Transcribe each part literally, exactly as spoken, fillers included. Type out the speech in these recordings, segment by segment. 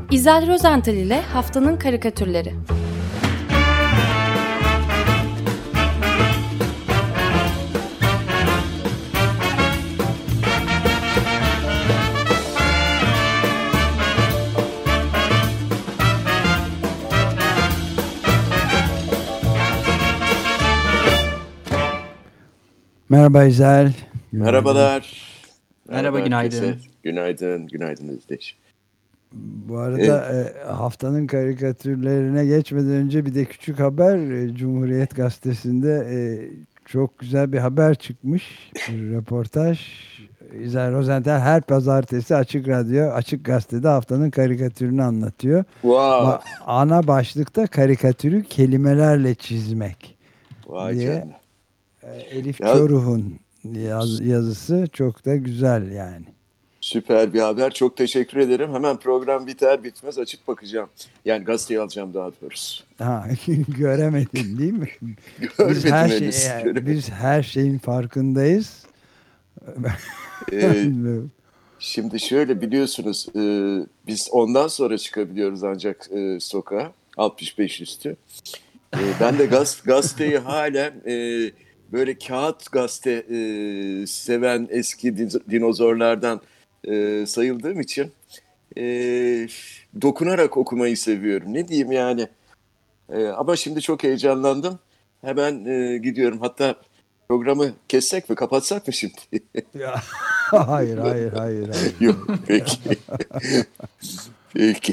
İzel Rozental ile Haftanın Karikatürleri. Merhaba İzel. Merhabalar. Merhaba, günaydın. Herkese. Günaydın, günaydın Özdeş. Bu arada evet. e, haftanın karikatürlerine geçmeden önce bir de küçük haber. E, Cumhuriyet Gazetesi'nde e, çok güzel bir haber çıkmış. Bir röportaj. İzel Rozental her pazartesi Açık Radyo, Açık Gazete'de haftanın karikatürünü anlatıyor. Wow. Ba- ana başlıkta karikatürü kelimelerle çizmek Vay diye. canına. Elif Ya, Çoruh'un yaz, yazısı çok da güzel yani. Süper bir haber. Çok teşekkür ederim. Hemen program biter bitmez açıp bakacağım. Yani gazeteyi alacağım daha doğrusu. Ha, göremedin değil mi? Görmedim biz her henüz. şey, yani, biz her şeyin farkındayız. Ee, şimdi şöyle biliyorsunuz e, biz ondan sonra çıkabiliyoruz ancak e, sokağa altmış beş üstü. E, ben de gaz, gazeteyi halen e, böyle kağıt gazete e, seven eski dinozorlardan e, sayıldığım için e, dokunarak okumayı seviyorum. Ne diyeyim yani. E, ama şimdi çok heyecanlandım. Hemen e, gidiyorum. Hatta programı kessek mi, kapatsak mı şimdi? Ya, hayır, hayır, hayır, hayır. Yok, peki. Peki.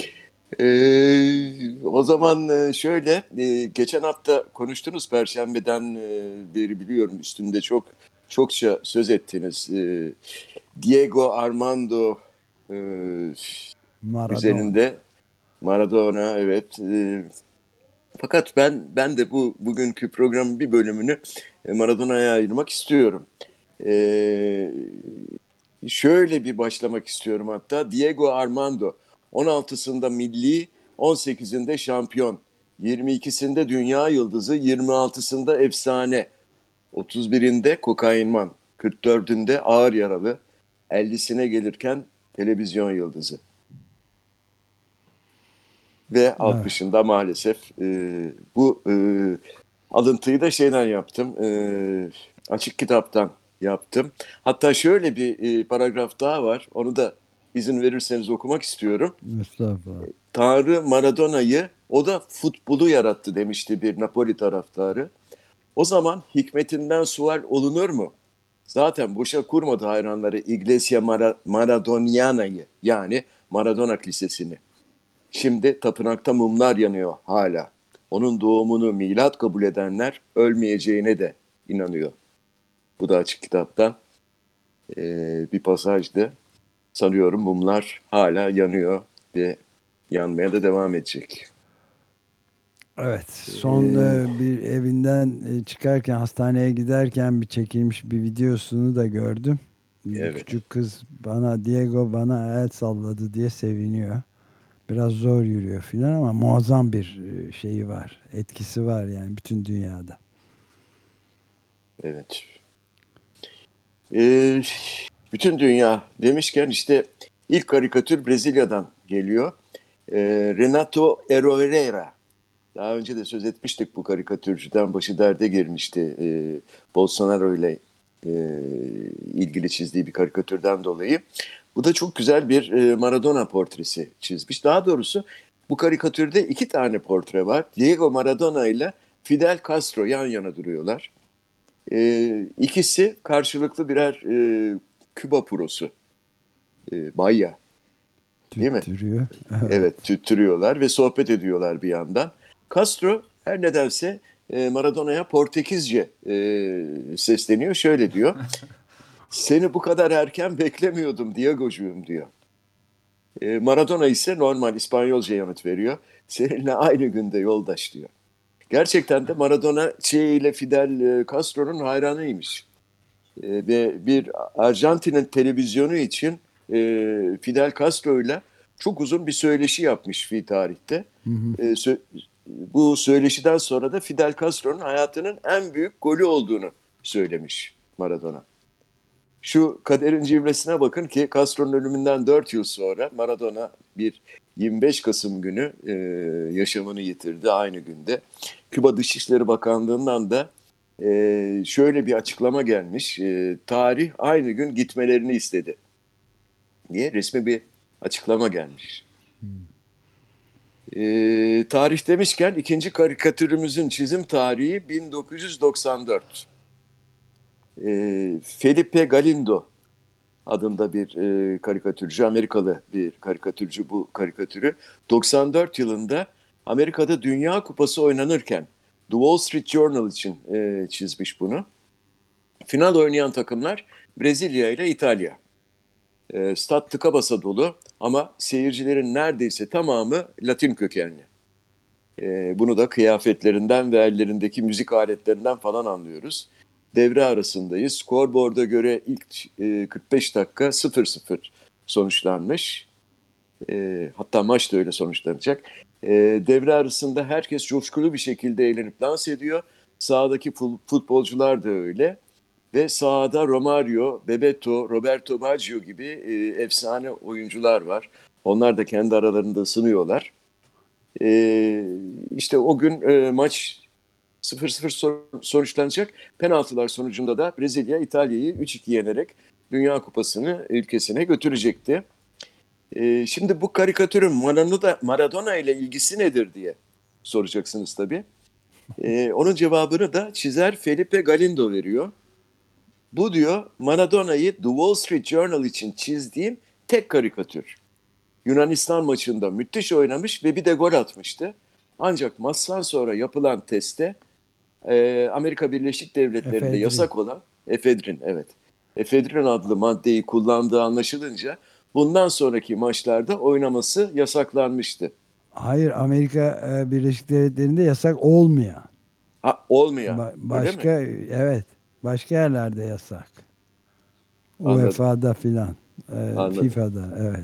Ee, o zaman şöyle, e, geçen hafta konuştunuz Perşembe'den e, beri biliyorum üstünde çok çokça söz ettiniz. E, Diego Armando e, Maradona. üzerinde Maradona, evet. E, fakat ben ben de bu bugünkü programın bir bölümünü Maradona'ya ayırmak istiyorum. E, şöyle bir başlamak istiyorum hatta. Diego Armando on altısında milli, on sekizinde şampiyon, yirmi ikisinde dünya yıldızı, yirmi altısında efsane, otuz birinde kokainman, kırk dördünde ağır yaralı, ellisine gelirken televizyon yıldızı. Ve altmışında maalesef e, bu e, alıntıyı da şeyden yaptım, e, açık kitaptan yaptım. Hatta şöyle bir e, paragraf daha var, onu da İzin verirseniz okumak istiyorum. Mustafa. Tanrı Maradona'yı, o da futbolu yarattı demişti bir Napoli taraftarı. O zaman hikmetinden sual olunur mu? Zaten boşa kurmadı hayranları Iglesia Mara- Maradoniana'yı, yani Maradona Kilisesi'ni. Şimdi tapınakta mumlar yanıyor hala. Onun doğumunu milat kabul edenler ölmeyeceğine de inanıyor. Bu da açık kitaptan ee, bir pasajdı. Sanıyorum mumlar hala yanıyor ve yanmaya da devam edecek. Evet, son ee, bir evinden çıkarken, hastaneye giderken bir çekilmiş bir videosunu da gördüm. Evet. Küçük kız bana, Diego bana el salladı diye seviniyor. Biraz zor yürüyor filan ama muazzam bir şeyi var, etkisi var yani bütün dünyada. Evet. Ee, bütün dünya demişken işte ilk karikatür Brezilya'dan geliyor. Ee, Renato Herrera. Daha önce de söz etmiştik bu karikatürcüden, başı derde girmişti. Ee, Bolsonaro ile e, ilgili çizdiği bir karikatürden dolayı. Bu da çok güzel bir e, Maradona portresi çizmiş. Daha doğrusu bu karikatürde iki tane portre var. Diego Maradona ile Fidel Castro yan yana duruyorlar. Ee, ikisi karşılıklı birer e, Küba purosu. E, Baya. Değil mi? Tüttürüyor. Evet, tüttürüyorlar ve sohbet ediyorlar bir yandan. Castro her nedense e, Maradona'ya Portekizce e, sesleniyor. Şöyle diyor. Seni bu kadar erken beklemiyordum Diego'cuğum diyor. E, Maradona ise normal İspanyolca yanıt veriyor. Seninle aynı günde yoldaş diyor. Gerçekten de Maradona Che ile Fidel Castro'nun hayranıymış. E, ve bir Arjantin'in televizyonu için e, Fidel Castro ile çok uzun bir söyleşi yapmış fi tarihte. Hı hı. E, sö- bu söyleşiden sonra da Fidel Castro'nun hayatının en büyük golü olduğunu söylemiş Maradona. Şu kaderin cilvesine bakın ki Castro'nun ölümünden dört yıl sonra Maradona bir yirmi beş Kasım günü e, yaşamını yitirdi aynı günde. Küba Dışişleri Bakanlığı'ndan da e, şöyle bir açıklama gelmiş. E, tarih aynı gün gitmelerini istedi diye resmi bir açıklama gelmiş. Hmm. E, tarih demişken ikinci karikatürümüzün çizim tarihi bin dokuz yüz doksan dört. E, Felipe Galindo adında bir e, karikatürcü, Amerikalı bir karikatürcü bu karikatürü. doksan dört yılında Amerika'da Dünya Kupası oynanırken The Wall Street Journal için e, çizmiş bunu. Final oynayan takımlar Brezilya ile İtalya. E, stat tıka basa dolu ama seyircilerin neredeyse tamamı Latin kökenli. E, bunu da kıyafetlerinden ve ellerindeki müzik aletlerinden falan anlıyoruz. Devre arasındayız. Scoreboard'a göre ilk e, kırk beş dakika sıfır sıfır sonuçlanmış. E, hatta maç da öyle sonuçlanacak. E, devre arasında herkes coşkulu bir şekilde eğlenip dans ediyor. Sahadaki futbolcular da öyle. Ve sahada Romario, Bebeto, Roberto Baggio gibi e, efsane oyuncular var. Onlar da kendi aralarında ısınıyorlar. E, işte o gün e, maç sıfır sıfır sonuçlanacak. Penaltılar sonucunda da Brezilya İtalya'yı üç iki yenerek Dünya Kupası'nı ülkesine götürecekti. Ee, şimdi bu karikatürün Maradona, Maradona ile ilgisi nedir diye soracaksınız tabii. Ee, onun cevabını da çizer Felipe Galindo veriyor. Bu diyor Maradona'yı The Wall Street Journal için çizdiğim tek karikatür. Yunanistan maçında müthiş oynamış ve bir de gol atmıştı. Ancak maçtan sonra yapılan testte e, Amerika Birleşik Devletleri'nde efedrin. Yasak olan efedrin, evet. Efedrin adlı maddeyi kullandığı anlaşılınca bundan sonraki maçlarda oynaması yasaklanmıştı. Hayır, Amerika Birleşik Devletleri'nde yasak olmayan. Ha, olmayan. Ba- başka evet, başka yerlerde yasak. Anladım. U E F A'da filan, e, FIFA'da, evet.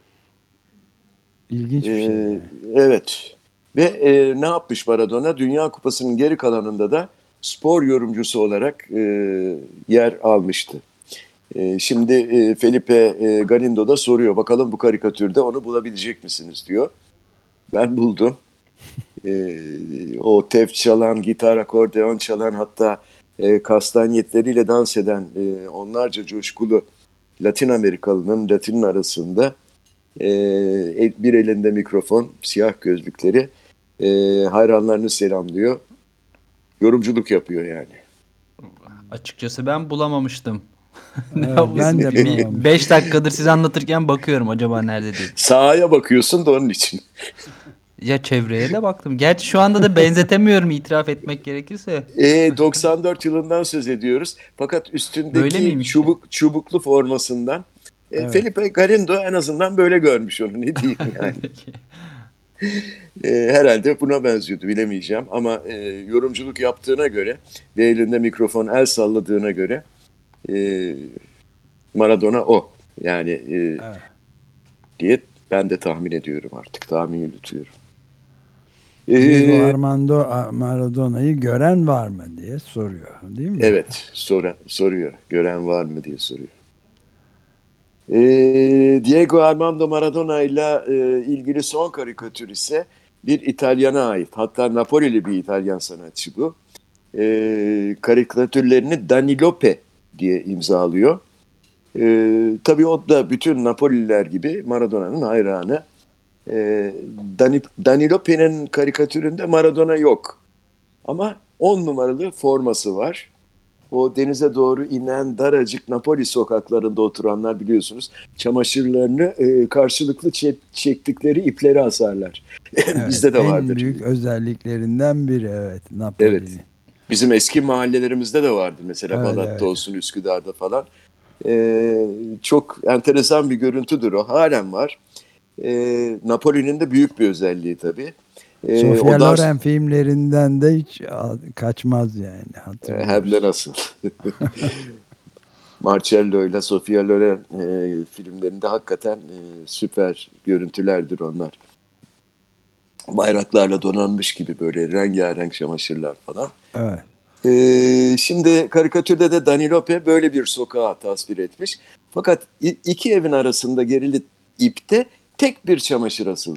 İlginç bir ee, şey. Yani. Evet. Ve e, ne yapmış Maradona? Dünya Kupası'nın geri kalanında da spor yorumcusu olarak e, yer almıştı. E, şimdi e, Felipe e, Galindo da soruyor. Bakalım bu karikatürde onu bulabilecek misiniz diyor. Ben buldum. E, o tef çalan, gitar, akordeon çalan, hatta e, kastanyetleriyle dans eden e, onlarca coşkulu Latin Amerikalının, Latin'in arasında e, bir elinde mikrofon, siyah gözlükleri, e, hayranlarını selamlıyor. Yorumculuk yapıyor yani. Açıkçası ben bulamamıştım. Evet, ben de bulamamıştım. beş dakikadır size anlatırken bakıyorum acaba nerede diye. Sağa bakıyorsun da onun için. Ya çevreye de baktım. Gerçi şu anda da benzetemiyorum, itiraf etmek gerekirse. E, doksan dört yılından söz ediyoruz. Fakat üstündeki çubuk çubuklu formasından e, evet. Felipe Galindo en azından böyle görmüş onu. Ne diyeyim yani. e, herhalde buna benziyordu, bilemeyeceğim. Ama e, yorumculuk yaptığına göre ve elinde mikrofon, el salladığına göre e, Maradona o. Yani e, evet. diye ben de tahmin ediyorum artık. Tahmin yürütüyorum. Diego Armando Maradona'yı gören var mı diye soruyor, değil mi? Evet, sor, soruyor. Gören var mı diye soruyor. Ee, Diego Armando Maradona ile ilgili son karikatür ise bir İtalyan'a ait. Hatta Napoli'li bir İtalyan sanatçı bu. Ee, karikatürlerini Danilope diye imzalıyor. Ee, tabii o da bütün Napolililer gibi Maradona'nın hayranı. Ee, Danilope'nin karikatüründe Maradona yok. Ama on numaralı forması var. O denize doğru inen daracık Napoli sokaklarında oturanlar biliyorsunuz çamaşırlarını e, karşılıklı çek, çektikleri ipleri asarlar. Evet, bizde de vardır. En büyük özelliklerinden biri, evet, Napoli'nin. Evet. Bizim eski mahallelerimizde de vardı mesela, evet, Balat'ta evet. olsun, Üsküdar'da falan. Ee, çok enteresan bir görüntüdür o. Halen var. Ee, Napoli'nin de büyük bir özelliği tabii. Ee, Sofia da... Loren filmlerinden de hiç kaçmaz yani. Ee, hem de nasıl. Marcello ile Sofia Loren e, filmlerinde hakikaten e, süper görüntülerdir onlar. Bayraklarla donanmış gibi böyle rengarenk çamaşırlar falan. Evet. Ee, şimdi karikatürde de Danilope böyle bir sokağı tasvir etmiş. Fakat iki evin arasında gerili ipte tek bir çamaşır asılı.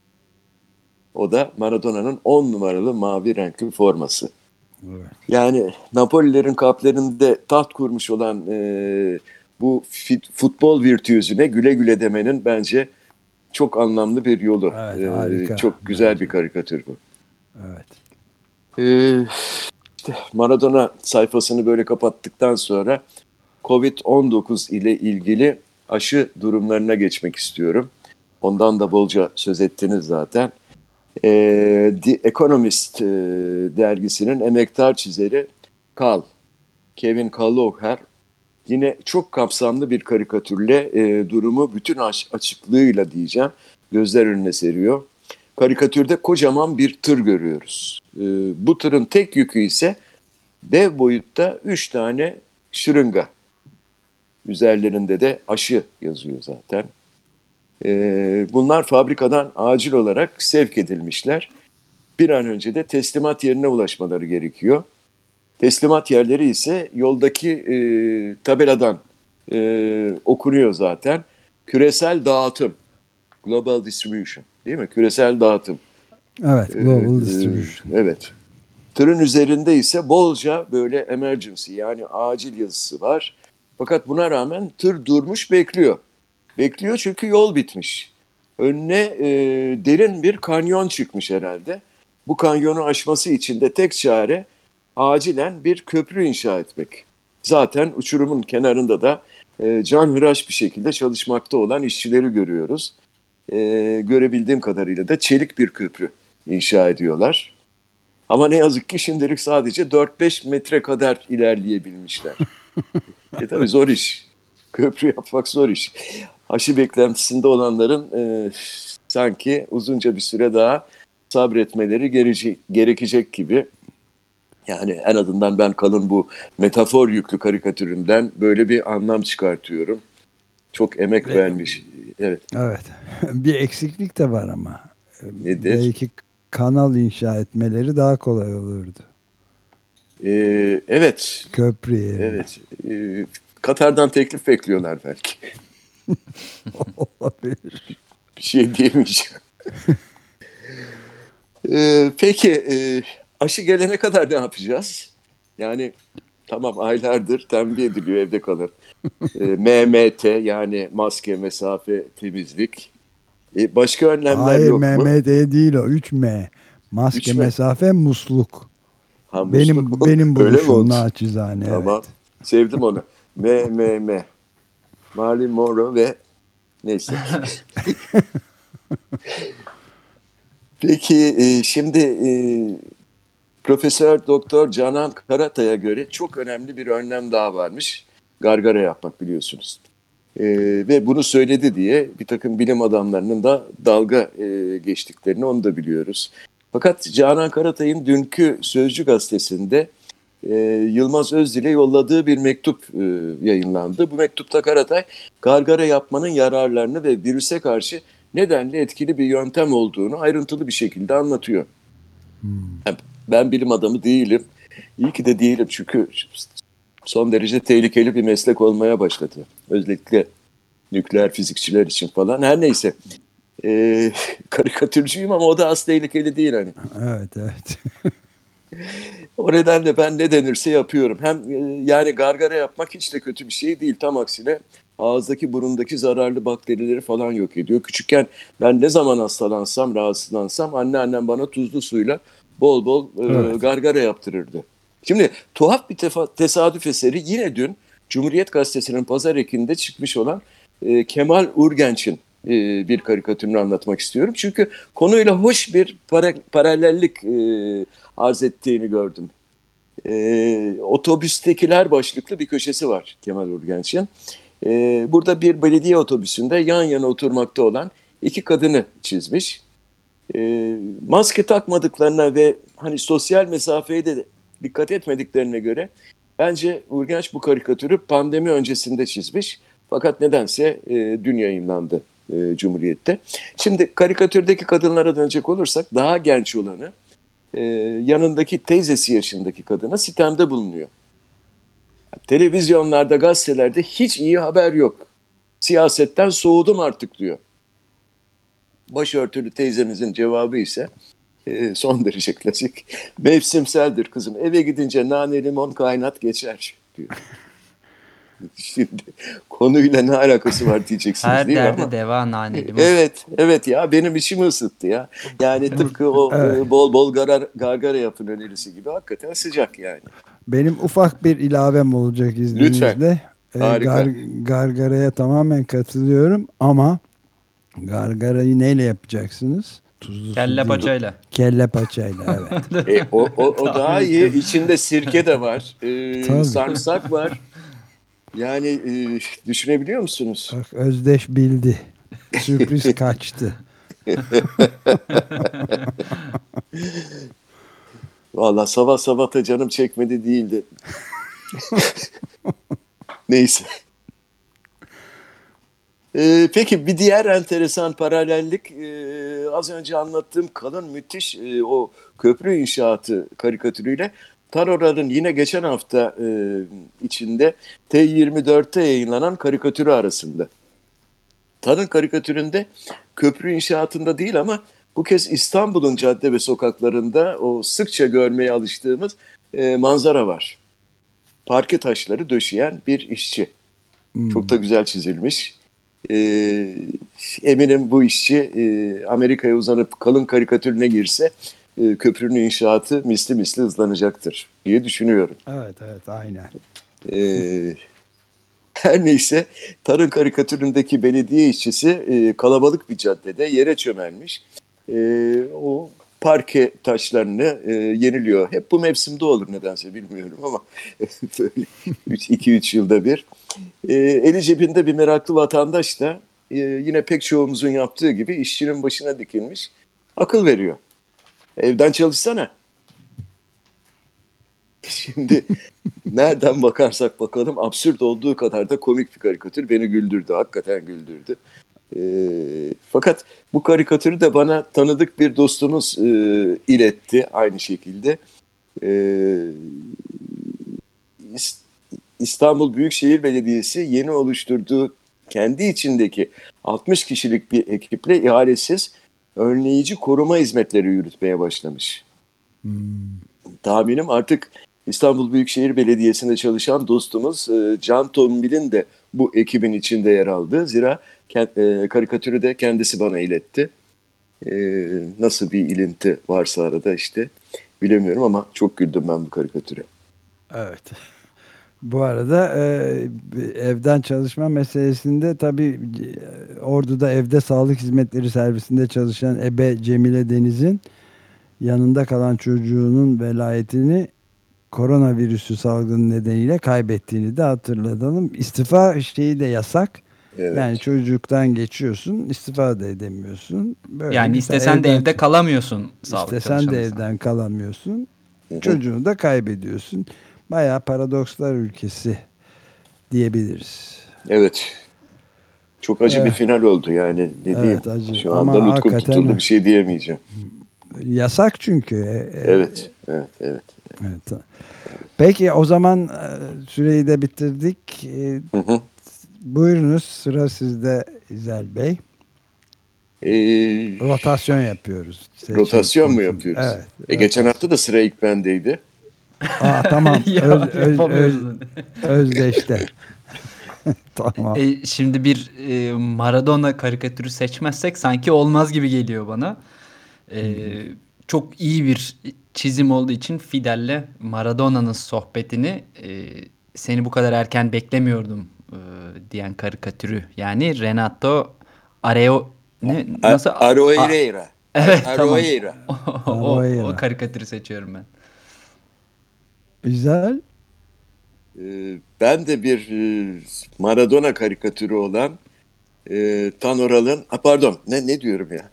O da Maradona'nın on numaralı mavi renkli forması. Evet. Yani Napolilerin kalplerinde taht kurmuş olan e, bu fit, futbol virtüözüne güle güle demenin bence çok anlamlı bir yolu. Evet, harika. Ee, çok güzel bence bir karikatür bu. Evet. Ee, işte Maradona sayfasını böyle kapattıktan sonra kovid on dokuz ile ilgili aşı durumlarına geçmek istiyorum. Ondan da bolca söz ettiniz zaten. Ee, The Economist e, dergisinin emektar çizeri Kal, Kevin Kalloher yine çok kapsamlı bir karikatürle e, durumu bütün aç- açıklığıyla diyeceğim gözler önüne seriyor. Karikatürde kocaman bir tır görüyoruz. E, bu tırın tek yükü ise dev boyutta üç tane şırınga. Üzerlerinde de aşı yazıyor zaten. E, bunlar fabrikadan acil olarak sevk edilmişler. Bir an önce de teslimat yerine ulaşmaları gerekiyor. Teslimat yerleri ise yoldaki e, tabeladan e, okunuyor zaten. Küresel dağıtım, global distribution, değil mi? Küresel dağıtım. Evet, global ee, distribution. Evet. Tırın üzerinde ise bolca böyle emergency yani acil yazısı var. Fakat buna rağmen tır durmuş bekliyor. Bekliyor çünkü yol bitmiş. Önüne e, derin bir kanyon çıkmış herhalde. Bu kanyonu aşması için de tek çare acilen bir köprü inşa etmek. Zaten uçurumun kenarında da e, canhıraş bir şekilde çalışmakta olan işçileri görüyoruz. E, görebildiğim kadarıyla da çelik bir köprü inşa ediyorlar. Ama ne yazık ki şimdilik sadece dört beş metre kadar ilerleyebilmişler. e tabii zor iş. Köprü yapmak zor iş. Aşı beklentisinde olanların e, sanki uzunca bir süre daha sabretmeleri gerece- gerekecek gibi. Yani en azından ben Kalın bu metafor yüklü karikatüründen böyle bir anlam çıkartıyorum. Çok emek evet. vermiş. Evet. Evet. Bir eksiklik de var ama. Nedir? Belki kanal inşa etmeleri daha kolay olurdu. Ee, evet. Köprü. Evet. Ee, Katar'dan teklif bekliyorlar belki. Olabilir. Bir şey diyemeyeceğim. ee, peki e, aşı gelene kadar ne yapacağız? Yani tamam aylardır tembih ediliyor evde kalın. E, M M T yani maske, mesafe, temizlik. E, başka önlemler Hayır, yok mu? Hayır M M T değil o üç M. Maske, üç M. Mesafe, musluk. Ha, musluk benim mu? Benim buluşum naçizane. Tamam. Evet. Sevdim onu. M M M. Marilyn Monroe ve neyse. Peki e, şimdi e, Profesör Doktor Canan Karatay'a göre çok önemli bir önlem daha varmış. Gargara yapmak biliyorsunuz. Ee, ve bunu söyledi diye bir takım bilim adamlarının da dalga e, geçtiklerini onu da biliyoruz. Fakat Canan Karatay'ın dünkü Sözcü gazetesinde e, Yılmaz Özdil'e yolladığı bir mektup e, yayınlandı. Bu mektupta Karatay gargara yapmanın yararlarını ve virüse karşı nedenli etkili bir yöntem olduğunu ayrıntılı bir şekilde anlatıyor. Hmm. Ben bilim adamı değilim. İyi ki de değilim çünkü son derece tehlikeli bir meslek olmaya başladı. Özellikle nükleer fizikçiler için falan. Her neyse. Ee, karikatürcüyüm ama o da az tehlikeli değil hani. Evet, evet. O nedenle ben ne denirse yapıyorum. Hem yani gargara yapmak hiç de kötü bir şey değil. Tam aksine ağızdaki, burundaki zararlı bakterileri falan yok ediyor. Küçükken ben ne zaman hastalansam, rahatsızlansam anneannem bana tuzlu suyla bol bol evet. e, gargara yaptırırdı. Şimdi tuhaf bir tefa, tesadüf eseri yine dün Cumhuriyet Gazetesi'nin pazar ekinde çıkmış olan e, Kemal Urgenç'in e, bir karikatürünü anlatmak istiyorum. Çünkü konuyla hoş bir para, paralellik e, arz ettiğini gördüm. E, otobüstekiler başlıklı bir köşesi var Kemal Urgenç'in. E, burada bir belediye otobüsünde yan yana oturmakta olan iki kadını çizmiş. E, maske takmadıklarına ve hani sosyal mesafeye de dikkat etmediklerine göre bence Urgenç bu karikatürü pandemi öncesinde çizmiş. Fakat nedense e, dün yayınlandı e, Cumhuriyet'te. Şimdi karikatürdeki kadınlara dönecek olursak daha genç olanı e, yanındaki teyzesi yaşındaki kadına sitemde bulunuyor. Televizyonlarda, gazetelerde hiç iyi haber yok. Siyasetten soğudum artık diyor. Başörtülü teyzemizin cevabı ise e, son derece klasik. Mevsimseldir kızım. Eve gidince nane limon kaynat geçer diyor. Şimdi konuyla ne alakası var diyeceksiniz Her değil mi? derde Ama deva nane limon. evet, evet ya benim içimi ısıttı ya. Yani tıpkı o Evet. e, bol bol garar, gargara yapın önerisi gibi hakikaten sıcak yani. Benim ufak bir ilavem olacak izninizle. Lütfen. Ee, Harika. gar- gargaraya tamamen katılıyorum ama gargarayı neyle yapacaksınız? Tuzlu su Kelle değil. paçayla. Kelle paçayla, evet. E, o, o, o daha iyi. İçinde sirke de var. E, Tabii. sarımsak var. Yani e, düşünebiliyor musunuz? Bak, Özdeş bildi. Sürpriz kaçtı. Vallahi sabah sabah da canım çekmedi değildi. Neyse. Ee, peki bir diğer enteresan paralellik e, az önce anlattığım kalın müthiş e, o köprü inşaatı karikatürüyle Tanora'nın yine geçen hafta e, içinde T yirmi dörtte yayınlanan karikatürü arasında. Tan'ın karikatüründe köprü inşaatında değil ama bu kez İstanbul'un cadde ve sokaklarında o sıkça görmeye alıştığımız e, manzara var. Parke taşları döşeyen bir işçi. Hmm. Çok da güzel çizilmiş. Ee, eminim bu işçi e, Amerika'ya uzanıp kalın karikatürüne girse e, köprünün inşaatı misli misli hızlanacaktır diye düşünüyorum. Evet, evet, aynen. Ee, her neyse Tar'ın karikatüründeki belediye işçisi e, kalabalık bir caddede yere çömelmiş. E, o parke taşlarını e, yeniliyor. Hep bu mevsimde olur nedense bilmiyorum ama böyle iki üç yılda bir. E, eli cebinde bir meraklı vatandaş da e, yine pek çoğumuzun yaptığı gibi işçinin başına dikilmiş. Akıl veriyor. Evden çalışsana. Şimdi nereden bakarsak bakalım absürt olduğu kadar da komik bir karikatür beni güldürdü. Hakikaten güldürdü. E, fakat bu karikatürü de bana tanıdık bir dostumuz e, iletti aynı şekilde. E, İstanbul Büyükşehir Belediyesi yeni oluşturduğu kendi içindeki altmış kişilik bir ekiple ihalesiz önleyici koruma hizmetleri yürütmeye başlamış. Hmm. Tahminim artık İstanbul Büyükşehir Belediyesi'nde çalışan dostumuz e, Can Tombil'in de bu ekibin içinde yer aldığı. Zira e, karikatürü de kendisi bana iletti. E, nasıl bir ilinti varsa arada işte bilemiyorum ama çok güldüm ben bu karikatüre. Evet. Bu arada e, evden çalışma meselesinde tabii e, Ordu'da evde sağlık hizmetleri servisinde çalışan ebe Cemile Deniz'in yanında kalan çocuğunun velayetini koronavirüsü salgını nedeniyle kaybettiğini de hatırlatalım. İstifa şeyi de yasak. Evet. Yani çocuktan geçiyorsun, istifa da edemiyorsun. Böyle Yani istesen de evden, evde kalamıyorsun. Sağlık istesen de çalışanıysan. evden kalamıyorsun. Hı hı. Çocuğunu da kaybediyorsun. Bayağı paradokslar ülkesi diyebiliriz. Evet. Çok acı Evet. bir final oldu yani. Ne Evet, diyeyim? acı. Şu Ama anda nutkum hakikaten tutuldu öyle. bir şey diyemeyeceğim. Yasak çünkü. E, e, Evet, evet, evet. evet. Peki o zaman e, süreyi de bitirdik. E, Hı hı. buyurunuz, sıra sizde İzel Bey. Ee, Rotasyon yapıyoruz. Seçim rotasyon mu konusunda. yapıyoruz? Evet. E, geçen rotasyon. hafta da sıra ilk bendeydi. Aa, tamam. Ya, öz, öz, öz, yapamıyorsun. özdeşte. Tamam. E, şimdi bir e, Maradona karikatürü seçmezsek sanki olmaz gibi geliyor bana. E, çok iyi bir çizim olduğu için Fidel'le Maradona'nın sohbetini e, seni bu kadar erken beklemiyordum e, diyen karikatürü. Yani Renato Areo ne nasıl? A- Aroeira. Evet, tamam. Aroeira. o, o, Aroeira. o karikatürü seçiyorum ben. Güzel. Ee, ben de bir e, Maradona karikatürü olan e, Tanoral'ın, ha, pardon ne ne diyorum ya?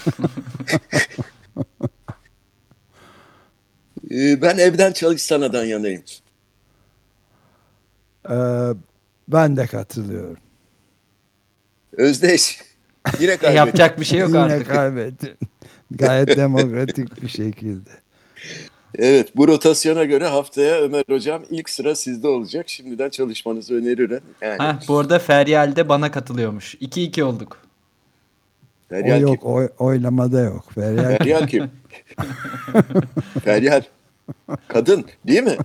Ee, ben evden çalışsanadan yanayım. Ee, ben de katılıyorum. Özdeş. Yine E, kaybettim. yapacak bir şey yok Yine artık. kaybettin. Gayet demokratik bir şekilde. Evet, bu rotasyona göre haftaya Ömer Hocam ilk sıra sizde olacak. Şimdiden çalışmanızı öneririm. Yani. Heh, bu arada Feryal de bana katılıyormuş. iki iki olduk. Feryal o yok, kim? oy, oylamada yok. Feryal, Feryal kim? Feryal. Kadın değil mi?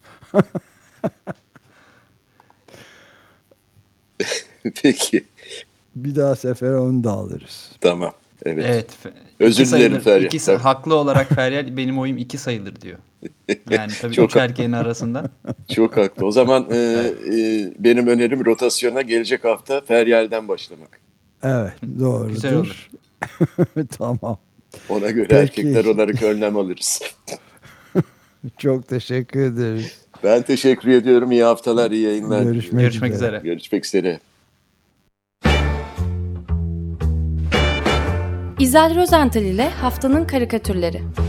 Peki. Bir daha sefere onu da alırız. Tamam. Evet. Evet. Özür iki dilerim sayılır, Feryal. iki say- haklı olarak Feryal benim oyum iki sayılır diyor. Yani tabii Çok üç erkeğin arasında. Çok haklı. O zaman e, e, benim önerim rotasyona gelecek hafta Feryal'den başlamak. Evet, doğrudur. Güzel olur. Tamam. Ona göre Peki. erkekler olarak önlem alırız. Çok teşekkür ederiz. Ben teşekkür ediyorum. İyi haftalar, iyi yayınlar. Görüşmek, Görüşmek üzere. üzere. Görüşmek üzere. İzel Rozental ile Haftanın Karikatürleri.